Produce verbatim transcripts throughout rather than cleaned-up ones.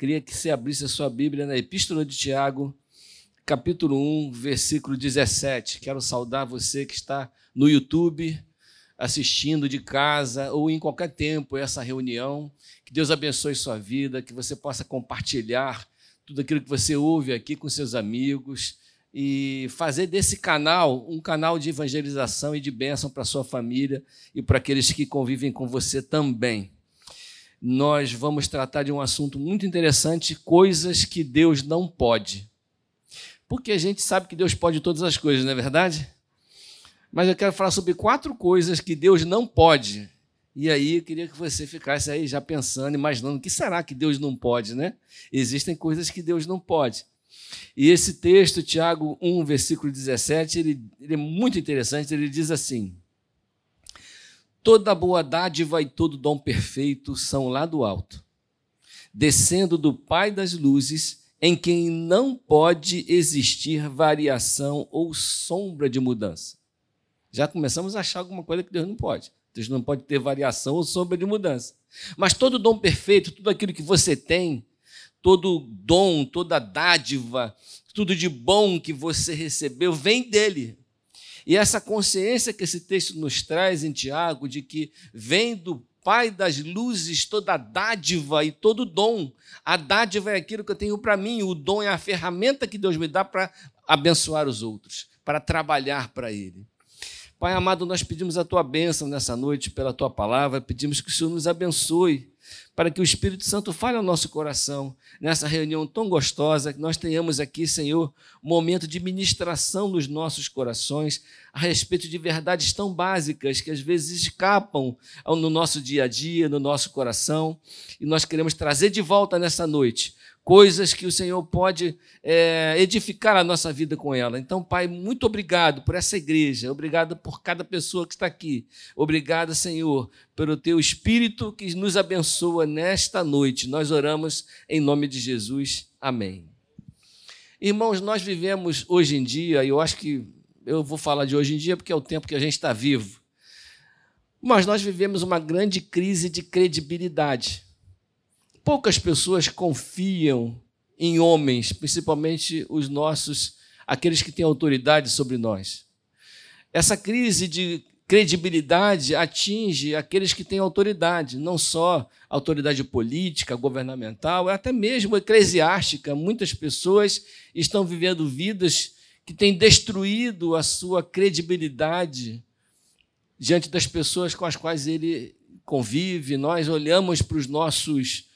Queria que você abrisse a sua Bíblia na Epístola de Tiago, capítulo um, versículo dezessete. Quero saudar você que está no YouTube, assistindo de casa ou em qualquer tempo essa reunião. Que Deus abençoe sua vida, que você possa compartilhar tudo aquilo que você ouve aqui com seus amigos e fazer desse canal um canal de evangelização e de bênção para a sua família e para aqueles que convivem com você também. Nós vamos tratar de um assunto muito interessante, coisas que Deus não pode. Porque a gente sabe que Deus pode todas as coisas, não é verdade? Mas eu quero falar sobre quatro coisas que Deus não pode. E aí eu queria que você ficasse aí já pensando, imaginando, o que será que Deus não pode, né? Existem coisas que Deus não pode. E esse texto, Tiago um, versículo dezessete, ele, ele é muito interessante, ele diz assim: toda boa dádiva e todo dom perfeito são lá do alto, descendo do Pai das luzes, em quem não pode existir variação ou sombra de mudança. Já começamos a achar alguma coisa que Deus não pode. Deus não pode ter variação ou sombra de mudança. Mas todo dom perfeito, tudo aquilo que você tem, todo dom, toda dádiva, tudo de bom que você recebeu, vem dele. E essa consciência que esse texto nos traz em Tiago, de que vem do Pai das luzes toda dádiva e todo dom. A dádiva é aquilo que eu tenho para mim, o dom é a ferramenta que Deus me dá para abençoar os outros, para trabalhar para Ele. Pai amado, nós pedimos a Tua bênção nessa noite pela Tua palavra, pedimos que o Senhor nos abençoe, para que o Espírito Santo fale ao nosso coração, nessa reunião tão gostosa, que nós tenhamos aqui, Senhor, um momento de ministração nos nossos corações, a respeito de verdades tão básicas, que às vezes escapam no nosso dia a dia, no nosso coração, e nós queremos trazer de volta nessa noite coisas que o Senhor pode é, edificar a nossa vida com ela. Então, Pai, muito obrigado por essa igreja, obrigado por cada pessoa que está aqui. Obrigado, Senhor, pelo Teu Espírito que nos abençoa nesta noite. Nós oramos em nome de Jesus. Amém. Irmãos, nós vivemos hoje em dia, e eu acho que eu vou falar de hoje em dia porque é o tempo que a gente está vivo, mas nós vivemos uma grande crise de credibilidade. Poucas pessoas confiam em homens, principalmente os nossos, aqueles que têm autoridade sobre nós. Essa crise de credibilidade atinge aqueles que têm autoridade, não só autoridade política, governamental, até mesmo eclesiástica. Muitas pessoas estão vivendo vidas que têm destruído a sua credibilidade diante das pessoas com as quais ele convive. Nós olhamos para os nossos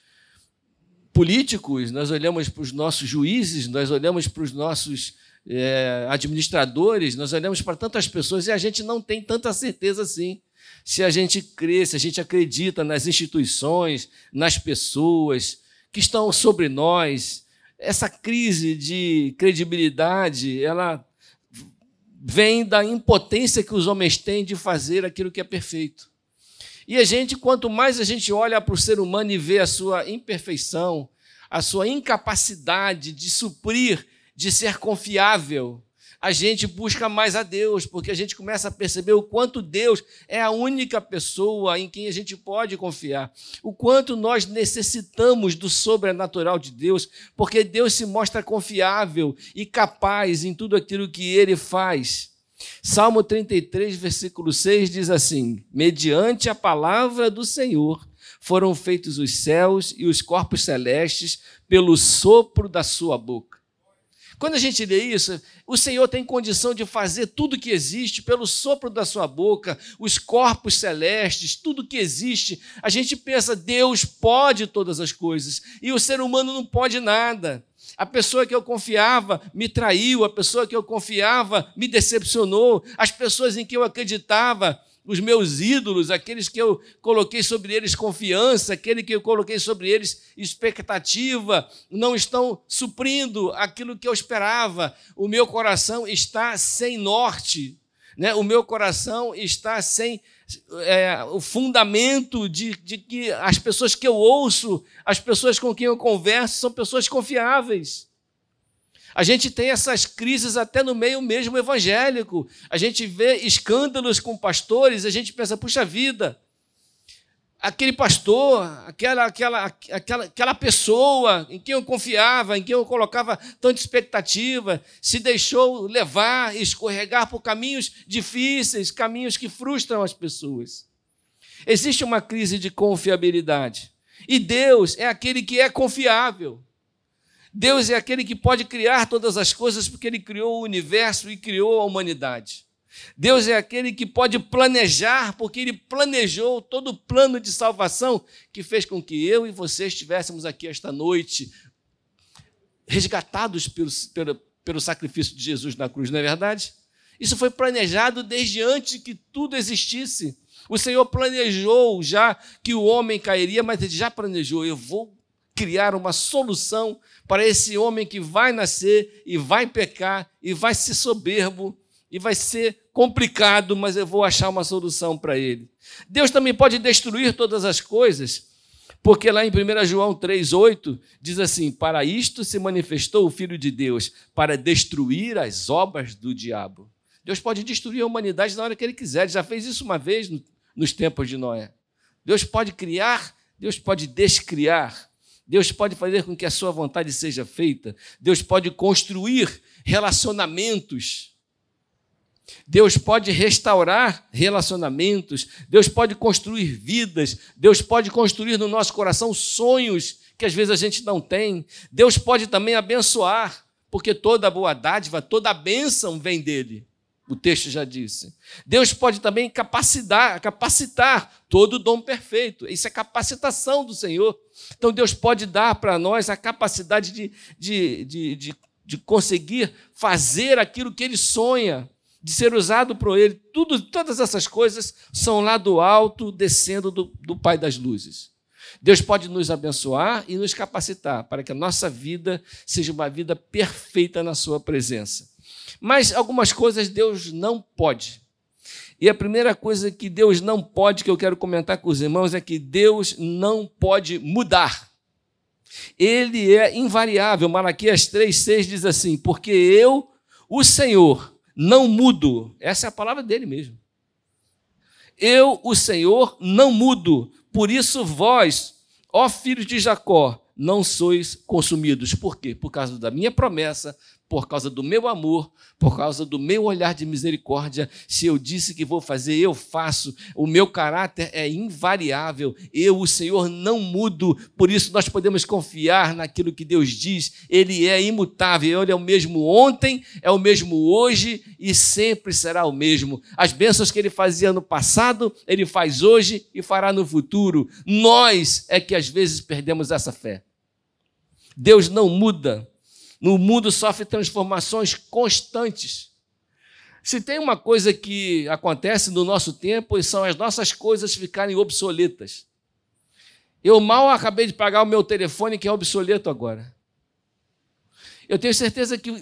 políticos, nós olhamos para os nossos juízes, nós olhamos para os nossos é, administradores, nós olhamos para tantas pessoas e a gente não tem tanta certeza assim. Se a gente crê, se a gente acredita nas instituições, nas pessoas que estão sobre nós, essa crise de credibilidade, ela vem da impotência que os homens têm de fazer aquilo que é perfeito. E a gente, quanto mais a gente olha para o ser humano e vê a sua imperfeição, a sua incapacidade de suprir, de ser confiável, a gente busca mais a Deus, porque a gente começa a perceber o quanto Deus é a única pessoa em quem a gente pode confiar, o quanto nós necessitamos do sobrenatural de Deus, porque Deus se mostra confiável e capaz em tudo aquilo que Ele faz. Salmo trinta e três, versículo seis, diz assim: mediante a palavra do Senhor foram feitos os céus e os corpos celestes pelo sopro da sua boca. Quando a gente lê isso, o Senhor tem condição de fazer tudo que existe pelo sopro da sua boca, os corpos celestes, tudo que existe. A gente pensa, Deus pode todas as coisas e o ser humano não pode nada. A pessoa que eu confiava me traiu, a pessoa que eu confiava me decepcionou, as pessoas em que eu acreditava, os meus ídolos, aqueles que eu coloquei sobre eles confiança, aquele que eu coloquei sobre eles expectativa, não estão suprindo aquilo que eu esperava. O meu coração está sem norte, né? O meu coração está sem é, o fundamento de, de que as pessoas que eu ouço, as pessoas com quem eu converso, são pessoas confiáveis. A gente tem essas crises até no meio mesmo evangélico. A gente vê escândalos com pastores, a gente pensa, puxa vida, aquele pastor, aquela, aquela, aquela, aquela pessoa em quem eu confiava, em quem eu colocava tanta expectativa, se deixou levar e escorregar por caminhos difíceis, caminhos que frustram as pessoas. Existe uma crise de confiabilidade. E Deus é aquele que é confiável. Deus é aquele que pode criar todas as coisas, porque Ele criou o universo e criou a humanidade. Deus é aquele que pode planejar, porque Ele planejou todo o plano de salvação que fez com que eu e você estivéssemos aqui esta noite, resgatados pelo, pelo, pelo sacrifício de Jesus na cruz, não é verdade? Isso foi planejado desde antes que tudo existisse. O Senhor planejou já que o homem cairia, mas Ele já planejou, eu vou criar uma solução para esse homem que vai nascer e vai pecar e vai ser soberbo e vai ser complicado, mas eu vou achar uma solução para ele. Deus também pode destruir todas as coisas, porque lá em primeira João três, oito, diz assim, para isto se manifestou o Filho de Deus, para destruir as obras do diabo. Deus pode destruir a humanidade na hora que Ele quiser, Ele já fez isso uma vez nos tempos de Noé. Deus pode criar, Deus pode descriar, Deus pode fazer com que a sua vontade seja feita, Deus pode construir relacionamentos, Deus pode restaurar relacionamentos, Deus pode construir vidas, Deus pode construir no nosso coração sonhos que às vezes a gente não tem, Deus pode também abençoar, porque toda boa dádiva, toda a bênção vem dele. O texto já disse. Deus pode também capacitar, capacitar todo o dom perfeito. Isso é capacitação do Senhor. Então, Deus pode dar para nós a capacidade de, de, de, de, de conseguir fazer aquilo que Ele sonha, de ser usado por Ele. Tudo, todas essas coisas são lá do alto, descendo do, do Pai das luzes. Deus pode nos abençoar e nos capacitar para que a nossa vida seja uma vida perfeita na sua presença. Mas algumas coisas Deus não pode. E a primeira coisa que Deus não pode, que eu quero comentar com os irmãos, é que Deus não pode mudar. Ele é invariável. Malaquias três, seis diz assim, porque eu, o Senhor, não mudo. Essa é a palavra dele mesmo. Eu, o Senhor, não mudo. Por isso vós, ó filhos de Jacó, não sois consumidos. Por quê? Por causa da minha promessa, por causa do meu amor, por causa do meu olhar de misericórdia. Se eu disse que vou fazer, eu faço. O meu caráter é invariável. Eu, o Senhor, não mudo. Por isso nós podemos confiar naquilo que Deus diz. Ele é imutável. Ele é o mesmo ontem, é o mesmo hoje e sempre será o mesmo. As bênçãos que Ele fazia no passado, Ele faz hoje e fará no futuro. Nós é que às vezes perdemos essa fé. Deus não muda. No mundo sofre transformações constantes. Se tem uma coisa que acontece no nosso tempo, são as nossas coisas ficarem obsoletas. Eu mal acabei de pagar o meu telefone, que é obsoleto agora. Eu tenho certeza que...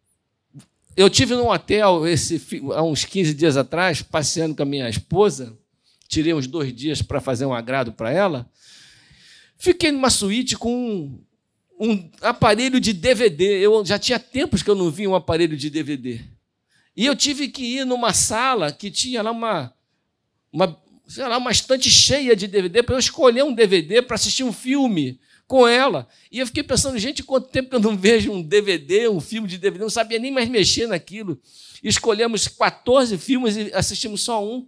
Eu tive num hotel esse, há uns quinze dias atrás, passeando com a minha esposa, tirei uns dois dias para fazer um agrado para ela, fiquei numa suíte com... um aparelho de D V D. Eu já tinha tempos que eu não via um aparelho de D V D. E eu tive que ir numa sala que tinha lá uma, uma, sei lá, uma estante cheia de D V D para eu escolher um D V D para assistir um filme com ela. E eu fiquei pensando, gente, quanto tempo que eu não vejo um D V D, um filme de D V D, não sabia nem mais mexer naquilo. E escolhemos quatorze filmes e assistimos só um.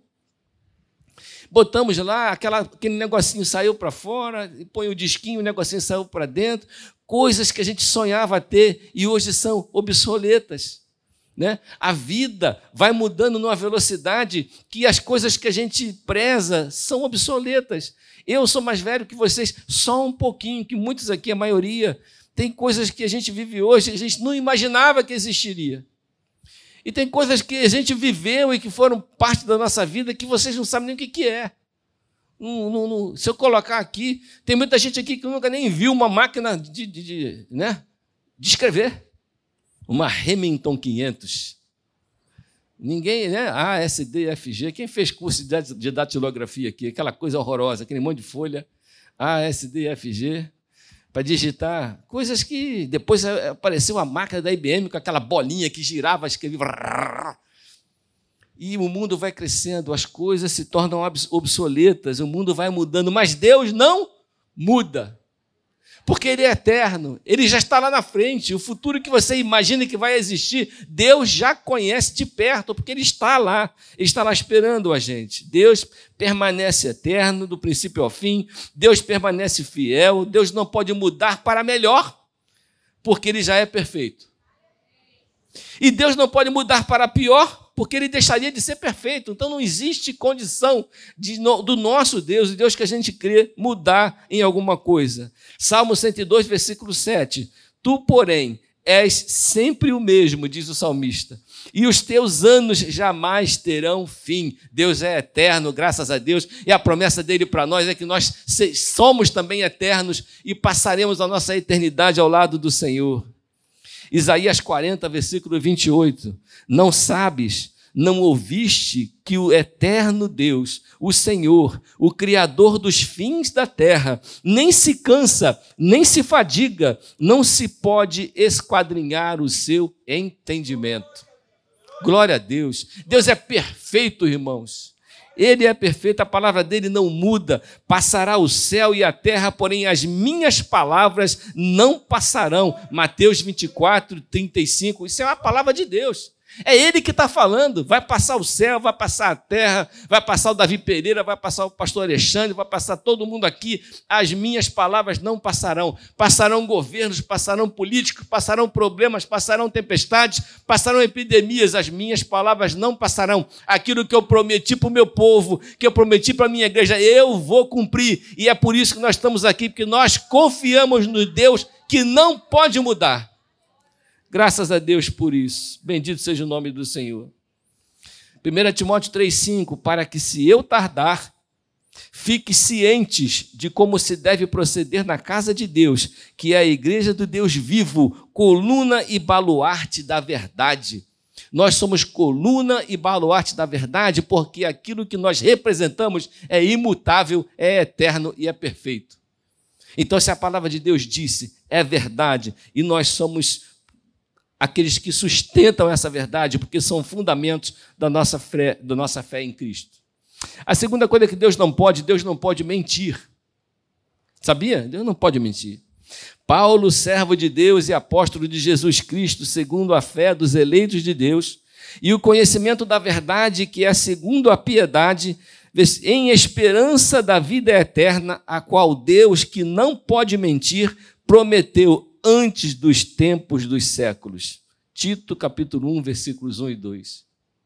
Botamos lá, aquela, aquele negocinho saiu para fora, e põe o disquinho, o negocinho saiu para dentro. Coisas que a gente sonhava ter e hoje são obsoletas. Né? A vida vai mudando numa velocidade que as coisas que a gente preza são obsoletas. Eu sou mais velho que vocês, só um pouquinho, que muitos aqui, a maioria, tem coisas que a gente vive hoje, a gente não imaginava que existiria. E tem coisas que a gente viveu e que foram parte da nossa vida que vocês não sabem nem o que, que é. Não, não, não. Se eu colocar aqui, tem muita gente aqui que nunca nem viu uma máquina de, de, de, né, de escrever. Uma Remington quinhentos. Ninguém, né? A, S, D, F, G. Quem fez curso de datilografia aqui? Aquela coisa horrorosa, aquele monte de folha. A, S, D, F, G. Para digitar coisas que depois apareceu a máquina da I B M com aquela bolinha que girava, escrevia. e o mundo vai crescendo, as coisas se tornam obsoletas, o mundo vai mudando, mas Deus não muda. Porque Ele é eterno, Ele já está lá na frente, o futuro que você imagina que vai existir, Deus já conhece de perto, porque Ele está lá, Ele está lá esperando a gente. Deus permanece eterno, do princípio ao fim, Deus permanece fiel, Deus não pode mudar para melhor, porque Ele já é perfeito. E Deus não pode mudar para pior, porque Ele deixaria de ser perfeito. Então não existe condição de, no, do nosso Deus, o Deus que a gente crê, mudar em alguma coisa. Salmo cento e dois, versículo sete. Tu, porém, és sempre o mesmo, diz o salmista, e os teus anos jamais terão fim. Deus é eterno, graças a Deus, e a promessa dele para nós é que nós somos também eternos e passaremos a nossa eternidade ao lado do Senhor. Isaías quarenta, versículo vinte e oito. Não sabes, não ouviste que o eterno Deus, o Senhor, o Criador dos fins da terra, nem se cansa, nem se fadiga, não se pode esquadrinhar o seu entendimento. Glória a Deus. Deus é perfeito, irmãos. Ele é perfeito, a palavra dele não muda. Passará o céu e a terra, porém as minhas palavras não passarão. Mateus vinte e quatro, trinta e cinco. Isso é uma palavra de Deus. É Ele que está falando. Vai passar o céu, vai passar a terra, vai passar o Davi Pereira, vai passar o pastor Alexandre, vai passar todo mundo aqui. As minhas palavras não passarão. Passarão governos, passarão políticos, passarão problemas, passarão tempestades, passarão epidemias. As minhas palavras não passarão. Aquilo que eu prometi para o meu povo, que eu prometi para a minha igreja, eu vou cumprir. E é por isso que nós estamos aqui, porque nós confiamos no Deus que não pode mudar. Graças a Deus por isso. Bendito seja o nome do Senhor. primeiro Timóteo três, cinco. Para que, se eu tardar, fique cientes de como se deve proceder na casa de Deus, que é a igreja do Deus vivo, coluna e baluarte da verdade. Nós somos coluna e baluarte da verdade, porque aquilo que nós representamos é imutável, é eterno e é perfeito. Então, se a palavra de Deus disse, é verdade, e nós somos aqueles que sustentam essa verdade, porque são fundamentos da nossa fé, da nossa fé em Cristo. A segunda coisa que Deus não pode, Deus não pode mentir. Sabia? Deus não pode mentir. Paulo, servo de Deus e apóstolo de Jesus Cristo, segundo a fé dos eleitos de Deus, e o conhecimento da verdade, que é segundo a piedade, em esperança da vida eterna, a qual Deus, que não pode mentir, prometeu antes dos tempos dos séculos. Tito, capítulo um, versículos um e dois.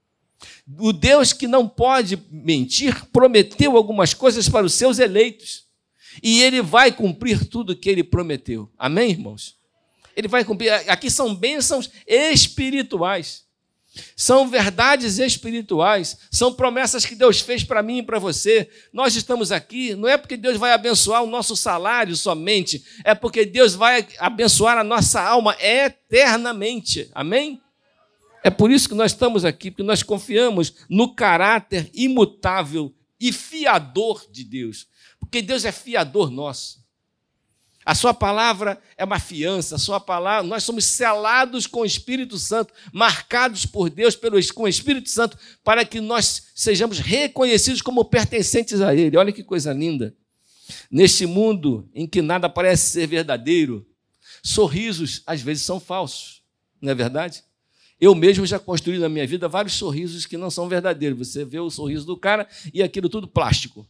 O Deus que não pode mentir prometeu algumas coisas para os seus eleitos. E Ele vai cumprir tudo o que Ele prometeu. Amém, irmãos? Ele vai cumprir. Aqui são bênçãos espirituais. São verdades espirituais, são promessas que Deus fez para mim e para você. Nós estamos aqui, não é porque Deus vai abençoar o nosso salário somente, é porque Deus vai abençoar a nossa alma eternamente. Amém? É por isso que nós estamos aqui, porque nós confiamos no caráter imutável e fiador de Deus, porque Deus é fiador nosso. A sua palavra é uma fiança, a sua palavra, nós somos selados com o Espírito Santo, marcados por Deus pelo, com o Espírito Santo, para que nós sejamos reconhecidos como pertencentes a Ele. Olha que coisa linda. Neste mundo em que nada parece ser verdadeiro, sorrisos às vezes são falsos, não é verdade? Eu mesmo já construí na minha vida vários sorrisos que não são verdadeiros. Você vê o sorriso do cara e aquilo tudo plástico.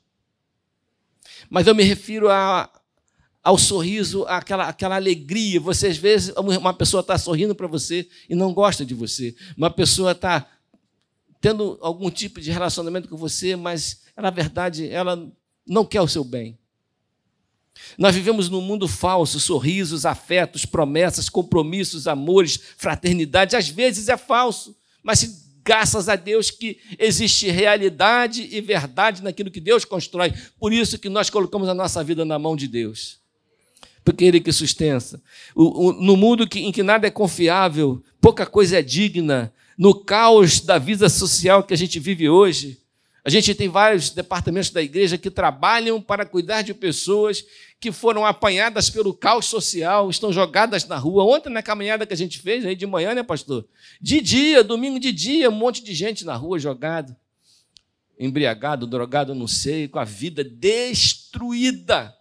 Mas eu me refiro a ao sorriso, àquela, àquela alegria. Você, às vezes, uma pessoa está sorrindo para você e não gosta de você. Uma pessoa está tendo algum tipo de relacionamento com você, mas, na verdade, ela não quer o seu bem. Nós vivemos num mundo falso, sorrisos, afetos, promessas, compromissos, amores, fraternidade. Às vezes é falso, mas graças a Deus que existe realidade e verdade naquilo que Deus constrói. Por isso que nós colocamos a nossa vida na mão de Deus. Porque Ele que sustenta. O, o, no mundo que, em que nada é confiável, pouca coisa é digna, no caos da vida social que a gente vive hoje, A gente tem vários departamentos da igreja que trabalham para cuidar de pessoas que foram apanhadas pelo caos social, estão jogadas na rua. Ontem, na caminhada que a gente fez, aí de manhã, né, pastor? De dia, domingo de dia, um monte de gente na rua jogado, embriagado, drogado, não sei, com a vida destruída.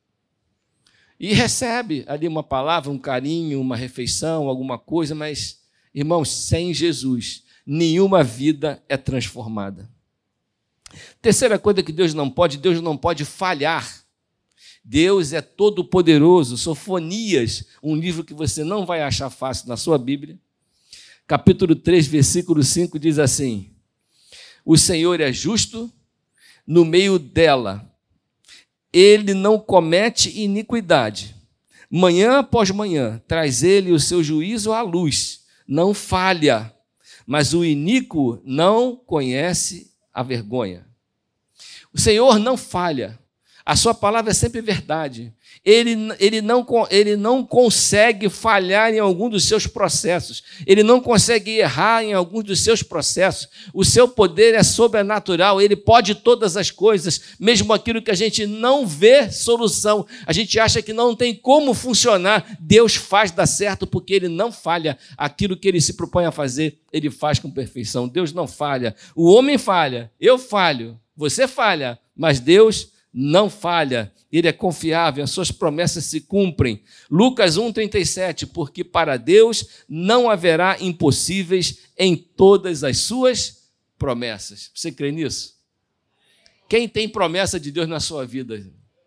E recebe ali uma palavra, um carinho, uma refeição, alguma coisa, mas, irmãos, sem Jesus, nenhuma vida é transformada. Terceira coisa que Deus não pode, Deus não pode falhar. Deus é todo-poderoso. Sofonias, um livro que você não vai achar fácil na sua Bíblia. Capítulo três, versículo cinco, diz assim: o Senhor é justo no meio dela. Ele não comete iniquidade. Manhã após manhã, traz ele o seu juízo à luz. Não falha, mas o iníquo não conhece a vergonha. O Senhor não falha. A sua palavra é sempre verdade. Ele, ele, não, ele não consegue falhar em algum dos seus processos. Ele não consegue errar em algum dos seus processos. O seu poder é sobrenatural. Ele pode todas as coisas, mesmo aquilo que a gente não vê solução. A gente acha que não tem como funcionar. Deus faz dar certo porque Ele não falha. Aquilo que Ele se propõe a fazer, Ele faz com perfeição. Deus não falha. O homem falha, eu falho, você falha, mas Deus não falha, Ele é confiável, as suas promessas se cumprem. Lucas um, trinta e sete, porque para Deus não haverá impossíveis em todas as suas promessas. Você crê nisso? Quem tem promessa de Deus na sua vida?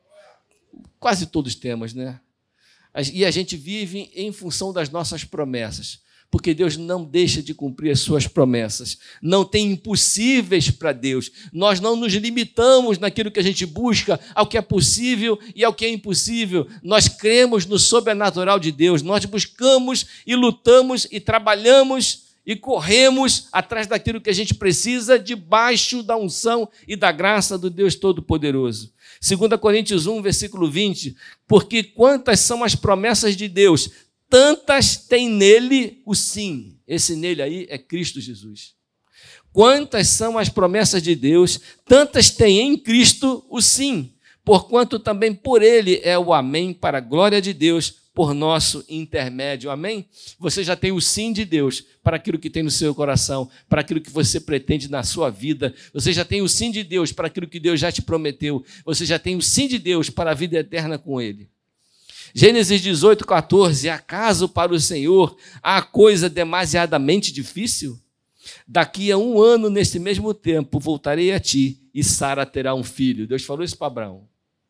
Quase todos temos, né? E a gente vive em função das nossas promessas, porque Deus não deixa de cumprir as suas promessas. Não tem impossíveis para Deus. Nós não nos limitamos naquilo que a gente busca, ao que é possível e ao que é impossível. Nós cremos no sobrenatural de Deus. Nós buscamos e lutamos e trabalhamos e corremos atrás daquilo que a gente precisa, debaixo da unção e da graça do Deus Todo-Poderoso. Segunda Coríntios um, versículo vinte, porque quantas são as promessas de Deus, tantas tem nele o sim. Esse nele aí é Cristo Jesus. Quantas são as promessas de Deus, tantas tem em Cristo o sim, porquanto também por ele é o amém para a glória de Deus, por nosso intermédio. Amém? Você já tem o sim de Deus para aquilo que tem no seu coração, para aquilo que você pretende na sua vida. Você já tem o sim de Deus para aquilo que Deus já te prometeu. Você já tem o sim de Deus para a vida eterna com ele. Gênesis dezoito, quatorze, acaso para o Senhor há coisa demasiadamente difícil? Daqui a um ano, nesse mesmo tempo, voltarei a ti e Sara terá um filho. Deus falou isso para Abraão.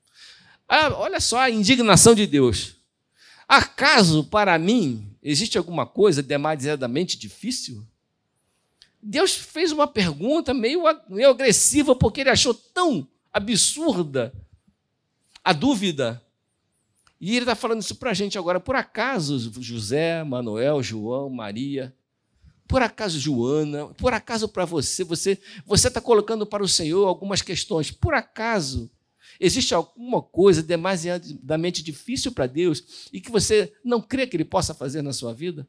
Ah, olha só a indignação de Deus. Acaso para mim existe alguma coisa demasiadamente difícil? Deus fez uma pergunta meio, meio agressiva, porque ele achou tão absurda a dúvida. E ele está falando isso para a gente agora. Por acaso José, Manuel, João, Maria, por acaso Joana, por acaso para você, você você está colocando para o Senhor algumas questões. Por acaso existe alguma coisa demasiadamente difícil para Deus e que você não crê que Ele possa fazer na sua vida?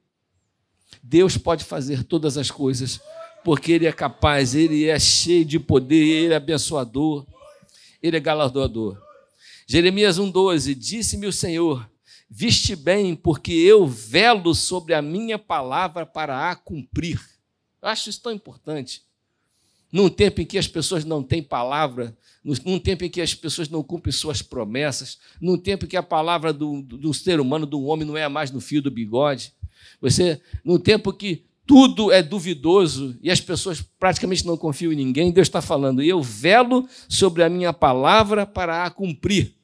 Deus pode fazer todas as coisas, porque Ele é capaz, Ele é cheio de poder, Ele é abençoador, Ele é galardoador. Jeremias um, doze, disse-me o Senhor, viste bem, porque eu velo sobre a minha palavra para a cumprir. Eu acho isso tão importante. Num tempo em que as pessoas não têm palavra, num tempo em que as pessoas não cumprem suas promessas, num tempo em que a palavra do, do, do ser humano, do homem, não é mais no fio do bigode, você, num tempo que tudo é duvidoso e as pessoas praticamente não confiam em ninguém, Deus está falando, eu velo sobre a minha palavra para a cumprir.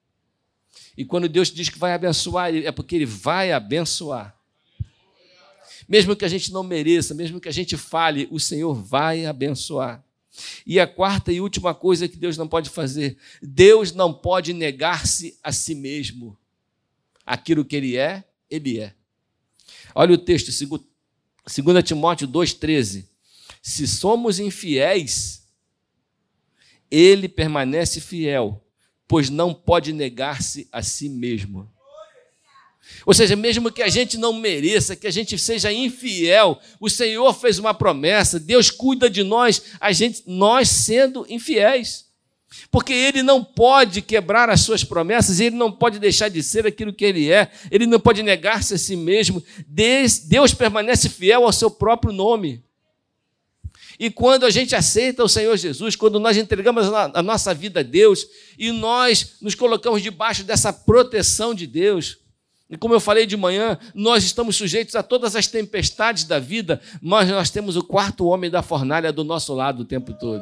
E quando Deus diz que vai abençoar, é porque Ele vai abençoar. Mesmo que a gente não mereça, mesmo que a gente fale, o Senhor vai abençoar. E a quarta e última coisa que Deus não pode fazer, Deus não pode negar-se a si mesmo. Aquilo que Ele é, Ele é. Olha o texto, dois Timóteo dois, treze. Se somos infiéis, Ele permanece fiel, pois não pode negar-se a si mesmo. Ou seja, mesmo que a gente não mereça, que a gente seja infiel, o Senhor fez uma promessa, Deus cuida de nós, a gente, nós sendo infiéis. Porque Ele não pode quebrar as suas promessas, Ele não pode deixar de ser aquilo que Ele é, Ele não pode negar-se a si mesmo. Deus permanece fiel ao seu próprio nome. E quando a gente aceita o Senhor Jesus, quando nós entregamos a nossa vida a Deus e nós nos colocamos debaixo dessa proteção de Deus, e como eu falei de manhã, nós estamos sujeitos a todas as tempestades da vida, mas nós temos o quarto homem da fornalha do nosso lado o tempo todo.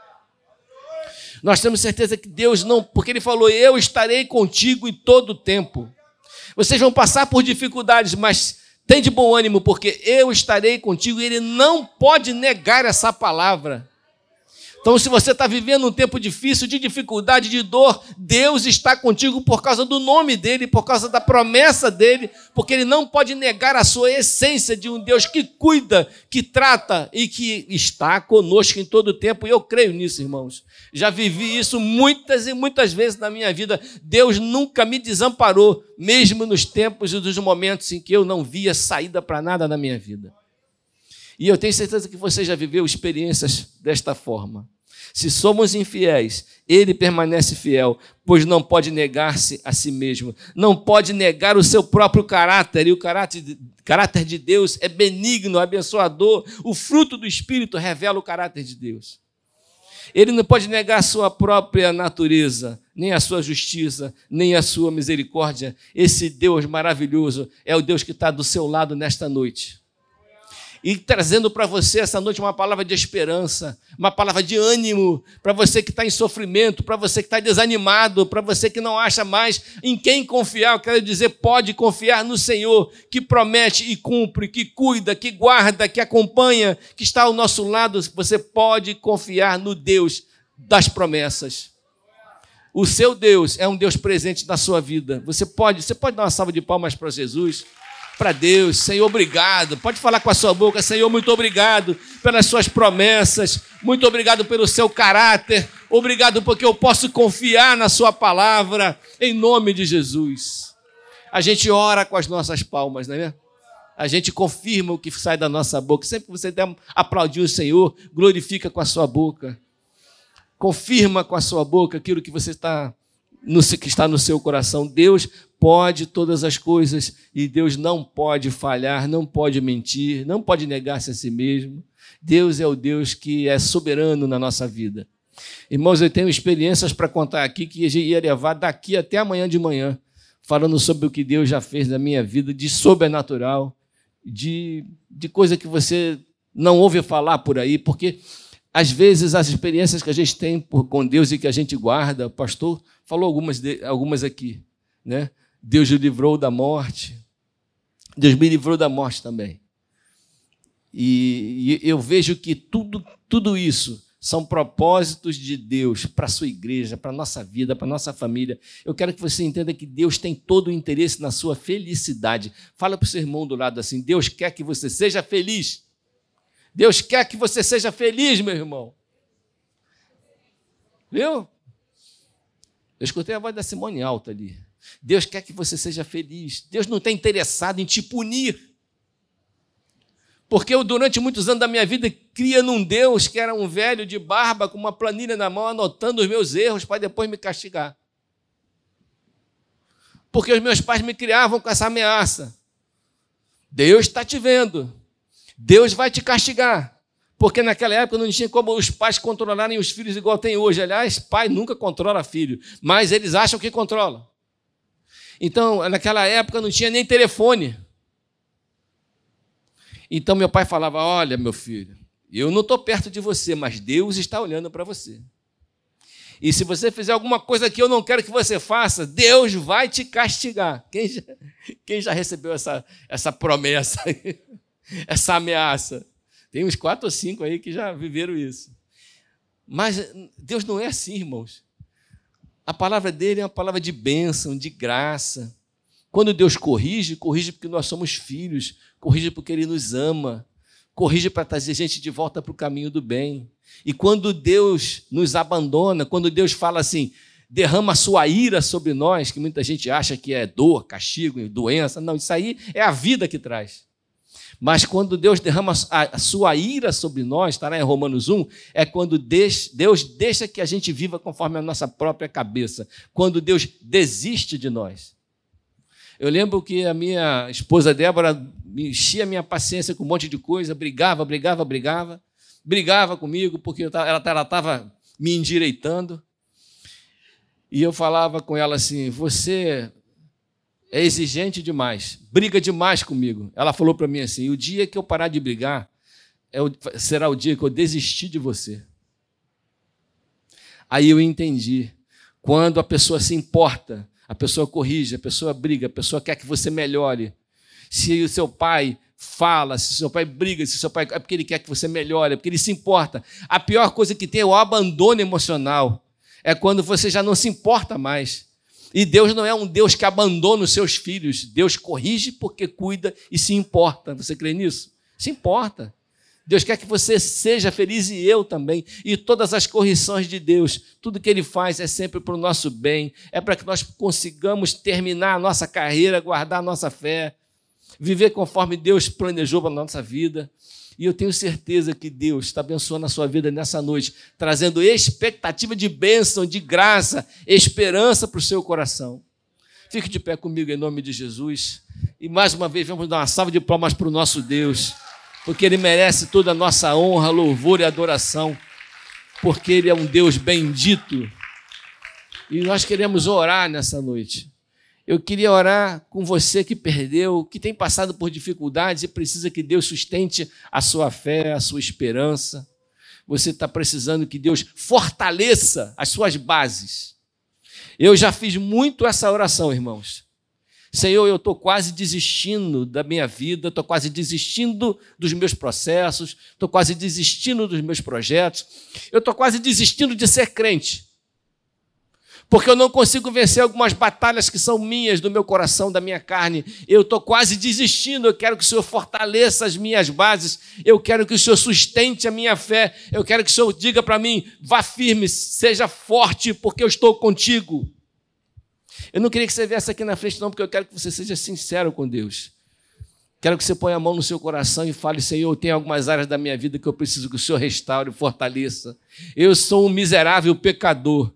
Nós temos certeza que Deus não, porque Ele falou, eu estarei contigo em todo o tempo. Vocês vão passar por dificuldades, mas tem de bom ânimo, porque eu estarei contigo. E Ele não pode negar essa palavra. Então, se você está vivendo um tempo difícil, de dificuldade, de dor, Deus está contigo por causa do nome dEle, por causa da promessa dEle, porque Ele não pode negar a sua essência de um Deus que cuida, que trata e que está conosco em todo o tempo. E eu creio nisso, irmãos. Já vivi isso muitas e muitas vezes na minha vida. Deus nunca me desamparou, mesmo nos tempos e nos momentos em que eu não via saída para nada na minha vida. E eu tenho certeza que você já viveu experiências desta forma. Se somos infiéis, Ele permanece fiel, pois não pode negar-se a si mesmo, não pode negar o seu próprio caráter, e o caráter de, caráter de Deus é benigno, abençoador, o fruto do Espírito revela o caráter de Deus. Ele não pode negar a sua própria natureza, nem a sua justiça, nem a sua misericórdia. Esse Deus maravilhoso é o Deus que está do seu lado nesta noite. E trazendo para você essa noite uma palavra de esperança, uma palavra de ânimo, para você que está em sofrimento, para você que está desanimado, para você que não acha mais em quem confiar. Eu quero dizer, pode confiar no Senhor, que promete e cumpre, que cuida, que guarda, que acompanha, que está ao nosso lado. Você pode confiar no Deus das promessas. O seu Deus é um Deus presente na sua vida. Você pode, você pode dar uma salva de palmas para Jesus? Para Deus, Senhor, obrigado. Pode falar com a sua boca, Senhor, muito obrigado pelas suas promessas, muito obrigado pelo seu caráter, obrigado porque eu posso confiar na sua palavra, em nome de Jesus. A gente ora com as nossas palmas, não é? A gente confirma o que sai da nossa boca. Sempre que você der aplaudir o Senhor, glorifica com a sua boca. Confirma com a sua boca aquilo que você está, no, que está no seu coração. Deus pode todas as coisas e Deus não pode falhar, não pode mentir, não pode negar-se a si mesmo. Deus é o Deus que é soberano na nossa vida. Irmãos, eu tenho experiências para contar aqui que ia levar daqui até amanhã de manhã, falando sobre o que Deus já fez na minha vida, de sobrenatural, de, de coisa que você não ouve falar por aí, porque às vezes as experiências que a gente tem por, com Deus e que a gente guarda, o pastor falou algumas, de, algumas aqui, né? Deus o livrou da morte, Deus me livrou da morte também. E, e eu vejo que tudo, tudo isso são propósitos de Deus para a sua igreja, para a nossa vida, para a nossa família. Eu quero que você entenda que Deus tem todo o interesse na sua felicidade. Fala para o seu irmão do lado assim, Deus quer que você seja feliz. Deus quer que você seja feliz, meu irmão. Viu? Eu escutei a voz da Simone alta ali. Deus quer que você seja feliz. Deus não está interessado em te punir. Porque eu, durante muitos anos da minha vida, cria num Deus que era um velho de barba, com uma planilha na mão, anotando os meus erros para depois me castigar. Porque os meus pais me criavam com essa ameaça. Deus está te vendo. Deus vai te castigar. Porque naquela época não tinha como os pais controlarem os filhos igual tem hoje. Aliás, pai nunca controla filho, mas eles acham que controlam. Então, naquela época não tinha nem telefone. Então, meu pai falava, olha, meu filho, eu não estou perto de você, mas Deus está olhando para você. E se você fizer alguma coisa que eu não quero que você faça, Deus vai te castigar. Quem já, quem já recebeu essa, essa promessa, essa ameaça? Tem uns quatro ou cinco aí que já viveram isso. Mas Deus não é assim, irmãos. A palavra dele é uma palavra de bênção, de graça. Quando Deus corrige, corrige porque nós somos filhos, corrige porque Ele nos ama, corrige para trazer a gente de volta para o caminho do bem. E quando Deus nos abandona, quando Deus fala assim, derrama a sua ira sobre nós, que muita gente acha que é dor, castigo, doença. Não, isso aí é a vida que traz. Mas quando Deus derrama a sua ira sobre nós, está lá em Romanos um, é quando Deus deixa que a gente viva conforme a nossa própria cabeça, quando Deus desiste de nós. Eu lembro que a minha esposa Débora me enchia a minha paciência com um monte de coisa, brigava, brigava, brigava, brigava comigo porque ela estava me endireitando. E eu falava com ela assim, você é exigente demais, briga demais comigo. Ela falou para mim assim, o dia que eu parar de brigar, é o, será o dia que eu desistir de você. Aí eu entendi, quando a pessoa se importa, a pessoa corrige, a pessoa briga, a pessoa quer que você melhore. Se o seu pai fala, se o seu pai briga, se o seu pai... é porque ele quer que você melhore, é porque ele se importa. A pior coisa que tem é o abandono emocional. É quando você já não se importa mais. E Deus não é um Deus que abandona os seus filhos. Deus corrige porque cuida e se importa. Você crê nisso? Se importa. Deus quer que você seja feliz e eu também. E todas as correções de Deus, tudo que Ele faz é sempre para o nosso bem. É para que nós consigamos terminar a nossa carreira, guardar a nossa fé, viver conforme Deus planejou para a nossa vida. E eu tenho certeza que Deus está abençoando a sua vida nessa noite, trazendo expectativa de bênção, de graça, esperança para o seu coração. Fique de pé comigo em nome de Jesus. E mais uma vez vamos dar uma salva de palmas para o nosso Deus, porque Ele merece toda a nossa honra, louvor e adoração, porque Ele é um Deus bendito. E nós queremos orar nessa noite. Eu queria orar com você que perdeu, que tem passado por dificuldades e precisa que Deus sustente a sua fé, a sua esperança. Você está precisando que Deus fortaleça as suas bases. Eu já fiz muito essa oração, irmãos. Senhor, eu estou quase desistindo da minha vida, estou quase desistindo dos meus processos, estou quase desistindo dos meus projetos, eu estou quase desistindo de ser crente. Porque eu não consigo vencer algumas batalhas que são minhas, do meu coração, da minha carne. Eu estou quase desistindo, eu quero que o Senhor fortaleça as minhas bases, eu quero que o Senhor sustente a minha fé, eu quero que o Senhor diga para mim, vá firme, seja forte, porque eu estou contigo. Eu não queria que você viesse aqui na frente não, porque eu quero que você seja sincero com Deus. Quero que você ponha a mão no seu coração e fale, Senhor, tem algumas áreas da minha vida que eu preciso que o Senhor restaure e fortaleça. Eu sou um miserável pecador.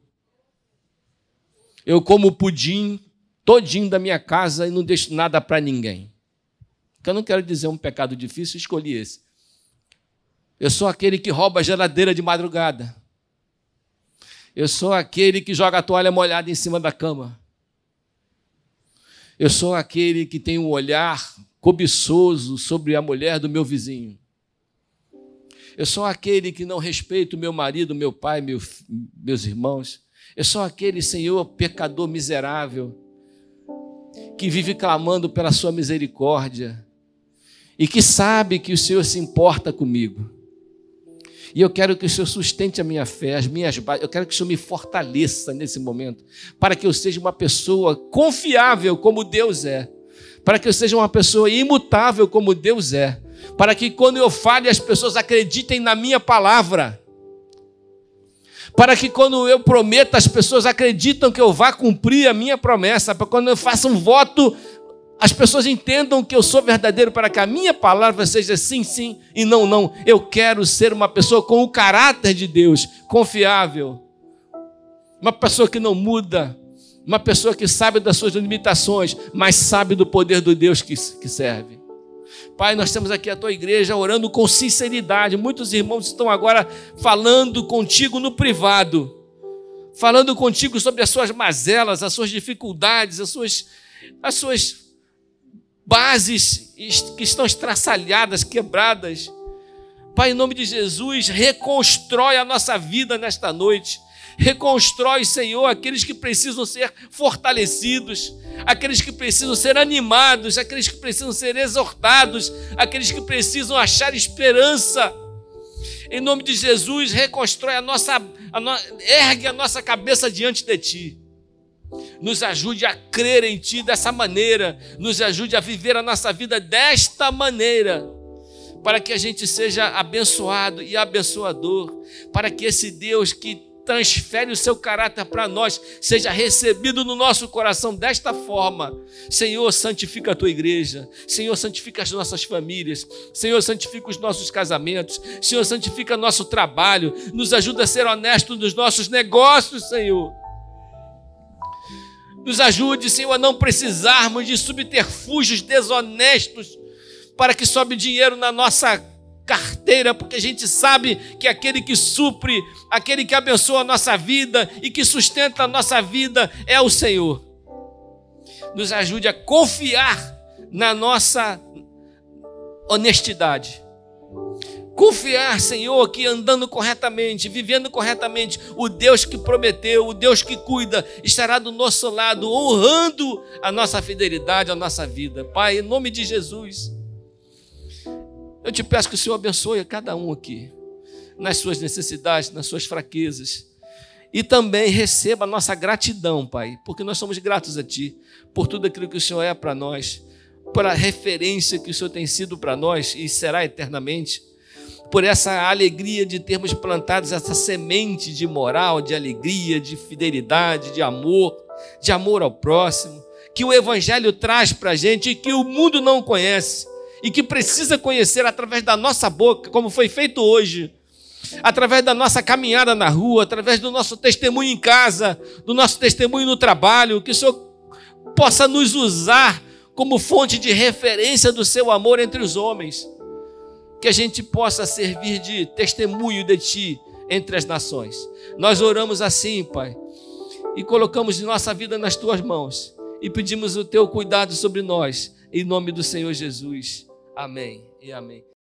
Eu como pudim todinho da minha casa e não deixo nada para ninguém. Porque eu não quero dizer um pecado difícil, escolhi esse. Eu sou aquele que rouba a geladeira de madrugada. Eu sou aquele que joga a toalha molhada em cima da cama. Eu sou aquele que tem um olhar cobiçoso sobre a mulher do meu vizinho. Eu sou aquele que não respeita o meu marido, meu pai, meu, meus irmãos. Eu sou aquele, Senhor, pecador miserável, que vive clamando pela sua misericórdia e que sabe que o Senhor se importa comigo. E eu quero que o Senhor sustente a minha fé, as minhas bases. Eu quero que o Senhor me fortaleça nesse momento, para que eu seja uma pessoa confiável como Deus é, para que eu seja uma pessoa imutável como Deus é, para que quando eu fale as pessoas acreditem na minha palavra, para que quando eu prometo, as pessoas acreditam que eu vá cumprir a minha promessa, para quando eu faça um voto, as pessoas entendam que eu sou verdadeiro, para que a minha palavra seja sim, sim e não, não. Eu quero ser uma pessoa com o caráter de Deus, confiável, uma pessoa que não muda, uma pessoa que sabe das suas limitações, mas sabe do poder do Deus que, que serve. Pai, nós temos aqui a tua igreja orando com sinceridade. Muitos irmãos estão agora falando contigo no privado, falando contigo sobre as suas mazelas, as suas dificuldades, as suas, as suas bases que estão estraçalhadas, quebradas. Pai, em nome de Jesus, reconstrói a nossa vida nesta noite. Reconstrói, Senhor, aqueles que precisam ser fortalecidos, aqueles que precisam ser animados, aqueles que precisam ser exortados, aqueles que precisam achar esperança. Em nome de Jesus, reconstrói a nossa, a no, ergue a nossa cabeça diante de Ti. Nos ajude a crer em Ti dessa maneira, nos ajude a viver a nossa vida desta maneira, para que a gente seja abençoado e abençoador, para que esse Deus que transfere o seu caráter para nós, seja recebido no nosso coração desta forma. Senhor, santifica a tua igreja. Senhor, santifica as nossas famílias. Senhor, santifica os nossos casamentos. Senhor, santifica nosso trabalho. Nos ajuda a ser honesto nos nossos negócios, Senhor. Nos ajude, Senhor, a não precisarmos de subterfúgios desonestos para que sobe dinheiro na nossa carteira, porque a gente sabe que aquele que supre, aquele que abençoa a nossa vida e que sustenta a nossa vida é o Senhor. Nos ajude a confiar na nossa honestidade. Confiar, Senhor, que andando corretamente, vivendo corretamente, o Deus que prometeu, o Deus que cuida, estará do nosso lado, honrando a nossa fidelidade, a nossa vida. Pai, em nome de Jesus, eu te peço que o Senhor abençoe a cada um aqui, nas suas necessidades, nas suas fraquezas, e também receba a nossa gratidão, Pai, porque nós somos gratos a Ti, por tudo aquilo que o Senhor é para nós, por a referência que o Senhor tem sido para nós e será eternamente, por essa alegria de termos plantado essa semente de moral, de alegria, de fidelidade, de amor, de amor ao próximo, que o Evangelho traz para a gente e que o mundo não conhece e que precisa conhecer através da nossa boca, como foi feito hoje, através da nossa caminhada na rua, através do nosso testemunho em casa, do nosso testemunho no trabalho, que o Senhor possa nos usar como fonte de referência do seu amor entre os homens, que a gente possa servir de testemunho de Ti entre as nações. Nós oramos assim, Pai, e colocamos nossa vida nas Tuas mãos e pedimos o Teu cuidado sobre nós, em nome do Senhor Jesus. Amém e amém.